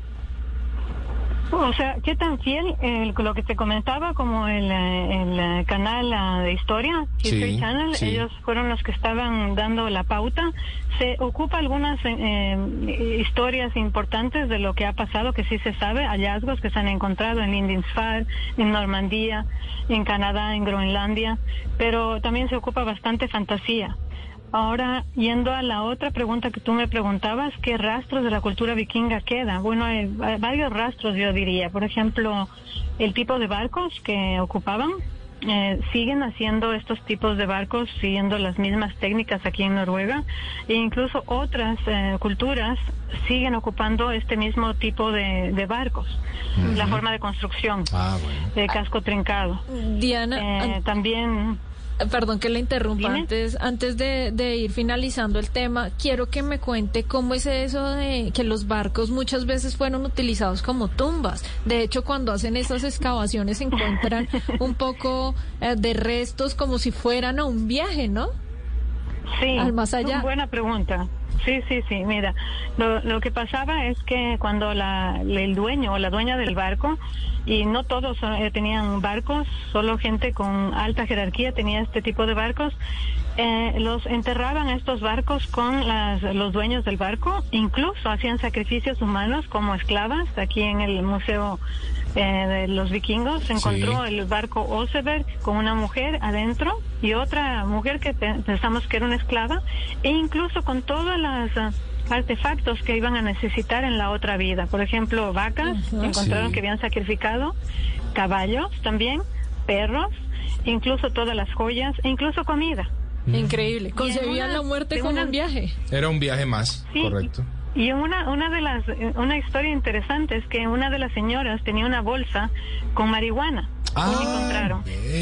O sea, ¿qué tan fiel? Lo que te comentaba, como el canal de historia, History Channel, ellos fueron los que estaban dando la pauta. Se ocupa algunas historias importantes de lo que ha pasado, que sí se sabe, hallazgos que se han encontrado en Lindisfarne, en Normandía, en Canadá, en Groenlandia, pero también se ocupa bastante fantasía. Ahora, yendo a la otra pregunta que tú me preguntabas, ¿qué rastros de la cultura vikinga queda? Bueno, hay varios rastros, yo diría. Por ejemplo, el tipo de barcos que ocupaban. Siguen haciendo estos tipos de barcos, siguiendo las mismas técnicas aquí en Noruega. E incluso otras culturas siguen ocupando este mismo tipo de barcos. La forma de construcción, de casco trincado. Diana, también... Perdón que le interrumpa. Antes de ir finalizando el tema, quiero que me cuente cómo es eso de que los barcos muchas veces fueron utilizados como tumbas. De hecho, cuando hacen esas excavaciones encuentran un poco de restos como si fueran a un viaje, ¿no? Sí, al más allá. Buena pregunta. Sí, mira, lo que pasaba es que cuando el dueño o la dueña del barco, y no todos tenían barcos, solo gente con alta jerarquía tenía este tipo de barcos, los enterraban estos barcos con los dueños del barco, incluso hacían sacrificios humanos como esclavas. Aquí en el Museo de los Vikingos se encontró el barco Oseberg con una mujer adentro y otra mujer que pensamos que era una esclava, e incluso con todas las artefactos que iban a necesitar en la otra vida. Por ejemplo, vacas, encontraron que habían sacrificado, caballos también, perros, incluso todas las joyas e incluso comida. Increíble. Concebían la muerte como un viaje. Era un viaje más, correcto. Y una historia interesante es que una de las señoras tenía una bolsa con marihuana. Y encontraron.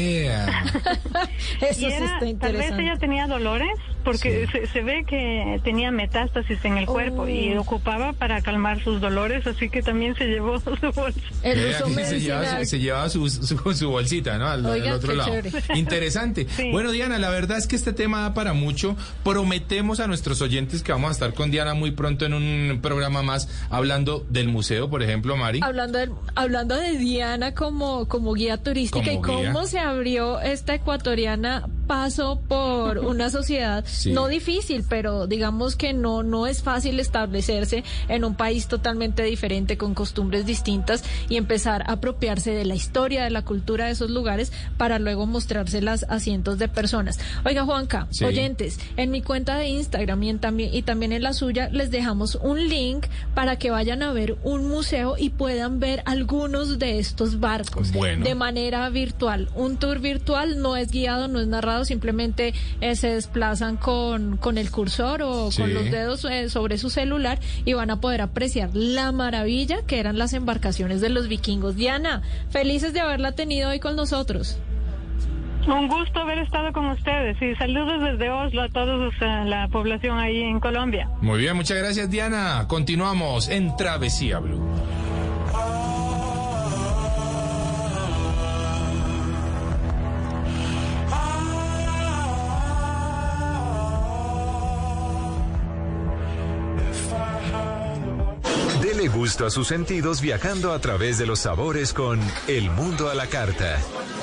Eso sí está interesante. Tal vez ella tenía dolores porque se ve que tenía metástasis en el cuerpo y ocupaba para calmar sus dolores, así que también se llevó su bolsa. Se llevaba su bolsita, ¿no? Al otro lado. chévere. Interesante. Sí. Bueno, Diana, la verdad es que este tema da para mucho. Prometemos a nuestros oyentes que vamos a estar con Diana muy pronto en un programa más hablando del museo, por ejemplo, Mari. Hablando de Diana como guía turística y cómo se abrió esta ecuatoriana paso por una sociedad no difícil, pero digamos que no es fácil establecerse en un país totalmente diferente, con costumbres distintas, y empezar a apropiarse de la historia, de la cultura de esos lugares para luego mostrárselas a cientos de personas. Oiga, Juanca, oyentes, en mi cuenta de Instagram y también en la suya les dejamos un link para que vayan a ver un museo y puedan ver algunos de estos barcos de manera virtual. Un tour virtual no es guiado, no es narrado, simplemente se desplazan con el cursor o con los dedos sobre su celular y van a poder apreciar la maravilla que eran las embarcaciones de los vikingos. Diana, felices de haberla tenido hoy con nosotros. Un gusto haber estado con ustedes y saludos desde Oslo a todos la población ahí en Colombia. Muy bien, muchas gracias, Diana. Continuamos en Travesía Blue. Dele gusto a sus sentidos viajando a través de los sabores con El Mundo a la Carta.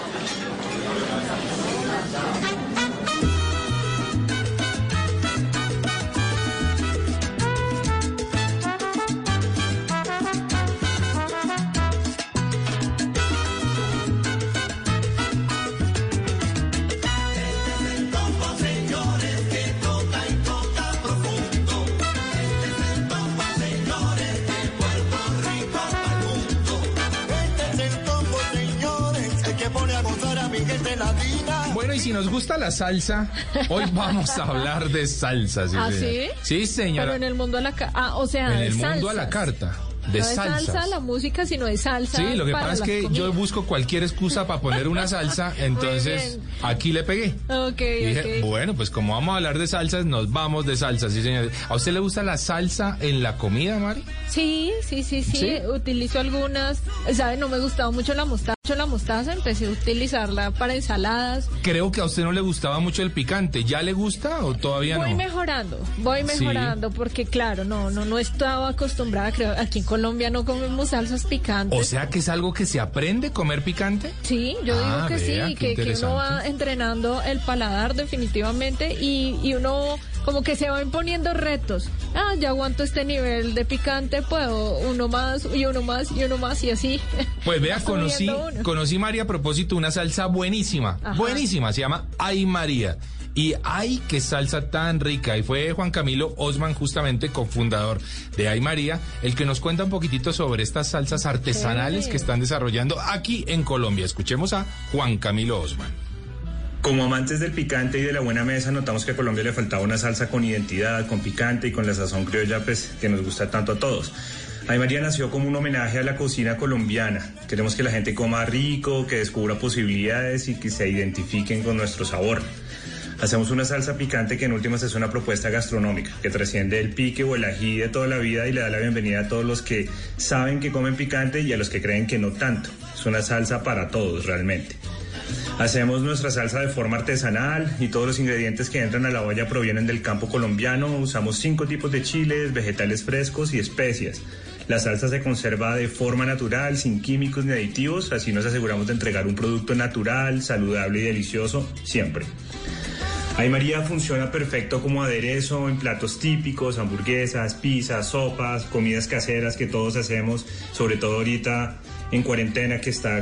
Bueno, y si nos gusta la salsa, hoy vamos a hablar de salsa. ¿Ah, sí? Sí, señora. Pero en el mundo a la carta. Ah, o sea, en el mundo a la carta. De no salsas. De salsa la música, sino de salsa. Sí, lo que pasa es que yo busco cualquier excusa para poner una salsa, entonces aquí le pegué. Y dije, bueno, pues como vamos a hablar de salsas, nos vamos de salsa, sí, señor. ¿A usted le gusta la salsa en la comida, Mari? Sí. Utilizo algunas. ¿Sabe? No me gustaba mucho la mostaza, empecé a utilizarla para ensaladas. Creo que a usted no le gustaba mucho el picante. ¿Ya le gusta o todavía no? Voy mejorando, porque claro, no estaba acostumbrada, creo, aquí en Colombia no comemos salsas picantes. O sea que es algo que se aprende, comer picante. Sí, yo digo que sí, que uno va entrenando el paladar definitivamente y uno como que se va imponiendo retos. Ya aguanto este nivel de picante, puedo uno más y así. Pues vea, conocí, María, a propósito, una salsa buenísima, se llama Ay María. Y ¡ay, qué salsa tan rica! Y fue Juan Camilo Osman, justamente cofundador de Ay María, el que nos cuenta un poquitito sobre estas salsas artesanales que están desarrollando aquí en Colombia. Escuchemos a Juan Camilo Osman. Como amantes del picante y de la buena mesa, notamos que a Colombia le faltaba una salsa con identidad, con picante y con la sazón criolla, pues, que nos gusta tanto a todos. Ay María nació como un homenaje a la cocina colombiana. Queremos que la gente coma rico, que descubra posibilidades y que se identifiquen con nuestro sabor. Hacemos una salsa picante que en últimas es una propuesta gastronómica, que trasciende el pique o el ají de toda la vida y le da la bienvenida a todos los que saben que comen picante y a los que creen que no tanto. Es una salsa para todos, realmente. Hacemos nuestra salsa de forma artesanal y todos los ingredientes que entran a la olla provienen del campo colombiano. Usamos 5 tipos de chiles, vegetales frescos y especias. La salsa se conserva de forma natural, sin químicos ni aditivos, así nos aseguramos de entregar un producto natural, saludable y delicioso siempre. Ay María funciona perfecto como aderezo en platos típicos, hamburguesas, pizzas, sopas, comidas caseras que todos hacemos, sobre todo ahorita en cuarentena, que está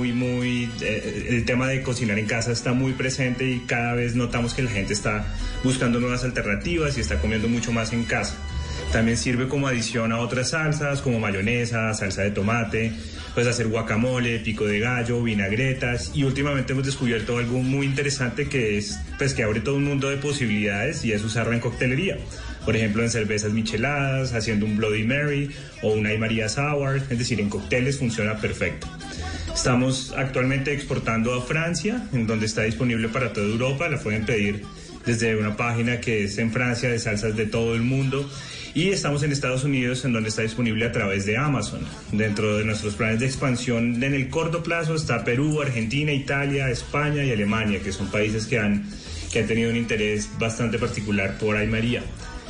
el tema de cocinar en casa está muy presente y cada vez notamos que la gente está buscando nuevas alternativas y está comiendo mucho más en casa. También sirve como adición a otras salsas como mayonesa, salsa de tomate, puedes hacer guacamole, pico de gallo, vinagretas, y últimamente hemos descubierto algo muy interesante que es, pues, que abre todo un mundo de posibilidades, y es usarla en coctelería. por ejemplo en cervezas micheladas, haciendo un Bloody Mary o una Ay María Sour, es decir, en cócteles funciona perfecto. Estamos actualmente exportando a Francia, en donde está disponible para toda Europa. La pueden pedir desde una página que es en Francia de salsas de todo el mundo. Y estamos en Estados Unidos, en donde está disponible a través de Amazon. Dentro de nuestros planes de expansión en el corto plazo está Perú, Argentina, Italia, España y Alemania, que son países que han tenido un interés bastante particular por Ay María.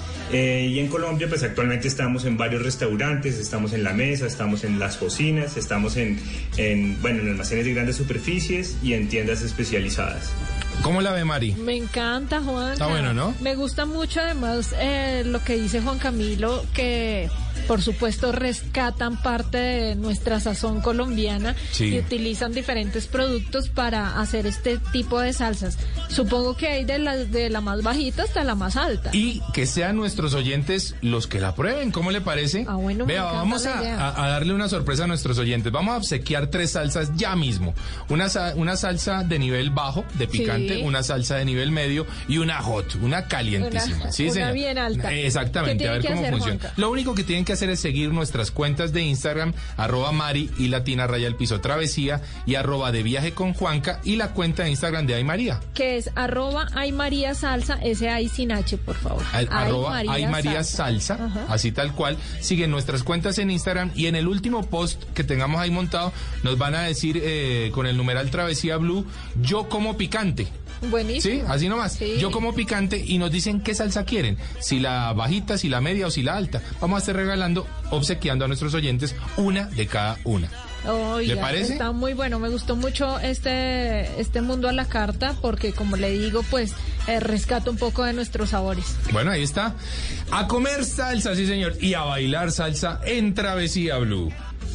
Y en Colombia, pues actualmente estamos en varios restaurantes, estamos en la mesa, estamos en las cocinas, estamos en almacenes de grandes superficies y en tiendas especializadas. ¿Cómo la ve, Mari? Me encanta, Juan. Está bueno, ¿no? Me gusta mucho, además, lo que dice Juan Camilo, que por supuesto rescatan parte de nuestra sazón colombiana y utilizan diferentes productos para hacer este tipo de salsas. Supongo que hay de la más bajita hasta la más alta. Y que sean nuestros oyentes los que la prueben, ¿cómo le parece? Bueno, vea, vamos a darle una sorpresa a nuestros oyentes. Vamos a obsequiar 3 salsas ya mismo. Una salsa de nivel bajo, de picante, una salsa de nivel medio y una hot, una calientísima. Una bien alta. Exactamente, a ver cómo funciona. Juanca? Lo único que tienen que hacer es seguir nuestras cuentas de Instagram, @Mari y Latina _ Travesía y @de Viaje con Juanca, y la cuenta de Instagram de Ay María, que es @Ay María Salsa, ese sin H, por favor. Ay María Salsa, así tal cual. Siguen nuestras cuentas en Instagram y en el último post que tengamos ahí montado nos van a decir con el numeral Travesía Blue, yo como picante. Buenísimo. Sí, así nomás. Sí. Yo como picante, y nos dicen qué salsa quieren, si la bajita, si la media o si la alta. Vamos a estar regalando, obsequiando a nuestros oyentes una de cada una. ¿Le parece? Está muy bueno, me gustó mucho este mundo a la carta, porque como le digo, pues rescata un poco de nuestros sabores. Bueno, ahí está. A comer salsa, sí señor, y a bailar salsa en Travesía Blue.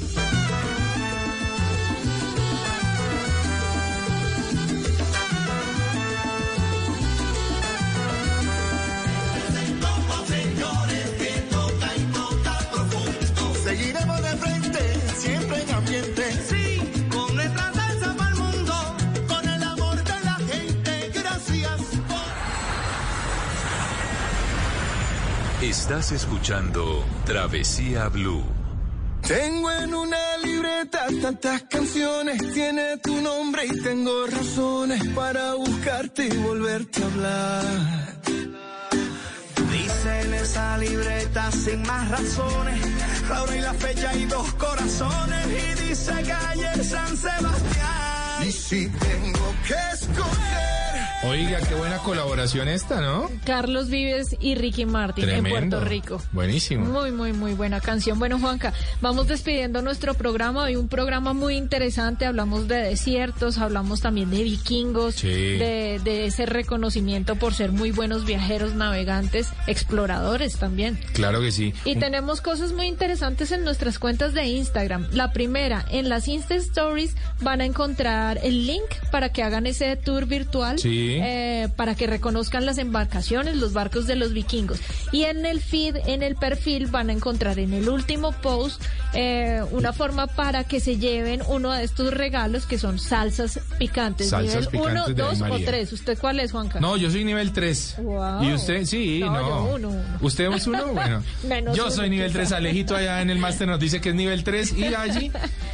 Estás escuchando Travesía Blue. Tengo en una libreta tantas canciones, tiene tu nombre y tengo razones para buscarte y volverte a hablar. Dice en esa libreta sin más razones, la hora y la fecha y 2 corazones, y dice calle San Sebastián. Y si tengo que escoger... Oiga, qué buena colaboración esta, ¿no? Carlos Vives y Ricky Martin. Tremendo. En Puerto Rico. Buenísimo. Muy, muy, muy buena canción. Bueno, Juanca, vamos despidiendo nuestro programa. Hoy un programa muy interesante. Hablamos de desiertos, hablamos también de vikingos, de ese reconocimiento por ser muy buenos viajeros, navegantes, exploradores también. Claro que sí. Y tenemos cosas muy interesantes en nuestras cuentas de Instagram. La primera, en las Insta Stories van a encontrar el link para que hagan ese tour virtual. Para que reconozcan las embarcaciones, los barcos de los vikingos. Y en el feed, en el perfil, van a encontrar en el último post una forma para que se lleven uno de estos regalos, que son salsas picantes. Salsas nivel picantes 1, 2 de o María. 3. ¿Usted cuál es, Juanca? No, yo soy nivel 3. Wow. ¿Y usted? Sí, no. Yo 1. ¿Usted es 1? Bueno. Yo soy nivel 3. Alejito allá en el máster nos dice que es nivel 3. Y allí...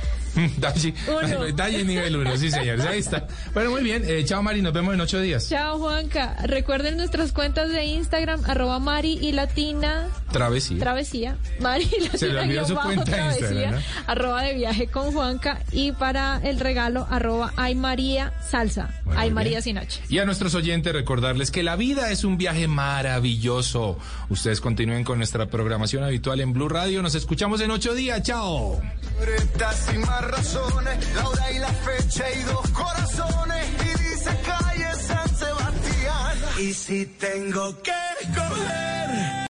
Dalle nivel 1, sí señores, ahí está. Bueno, muy bien, chao Mari, nos vemos en 8 días. Chao Juanca, recuerden nuestras cuentas de Instagram, @Mari y Latina Travesía, Mari y Latina. Se le olvidó su cuenta de Instagram, ¿no? @de Viaje con Juanca, y para el regalo @Ay María Salsa, bueno, Ay María sin H. Y a nuestros oyentes recordarles que la vida es un viaje maravilloso. Ustedes continúen con nuestra programación habitual en Blue Radio. Nos escuchamos en 8 días, chao. Sin más razones, la hora y la fecha y 2 corazones, y dice calle San Sebastián. Y si tengo que escoger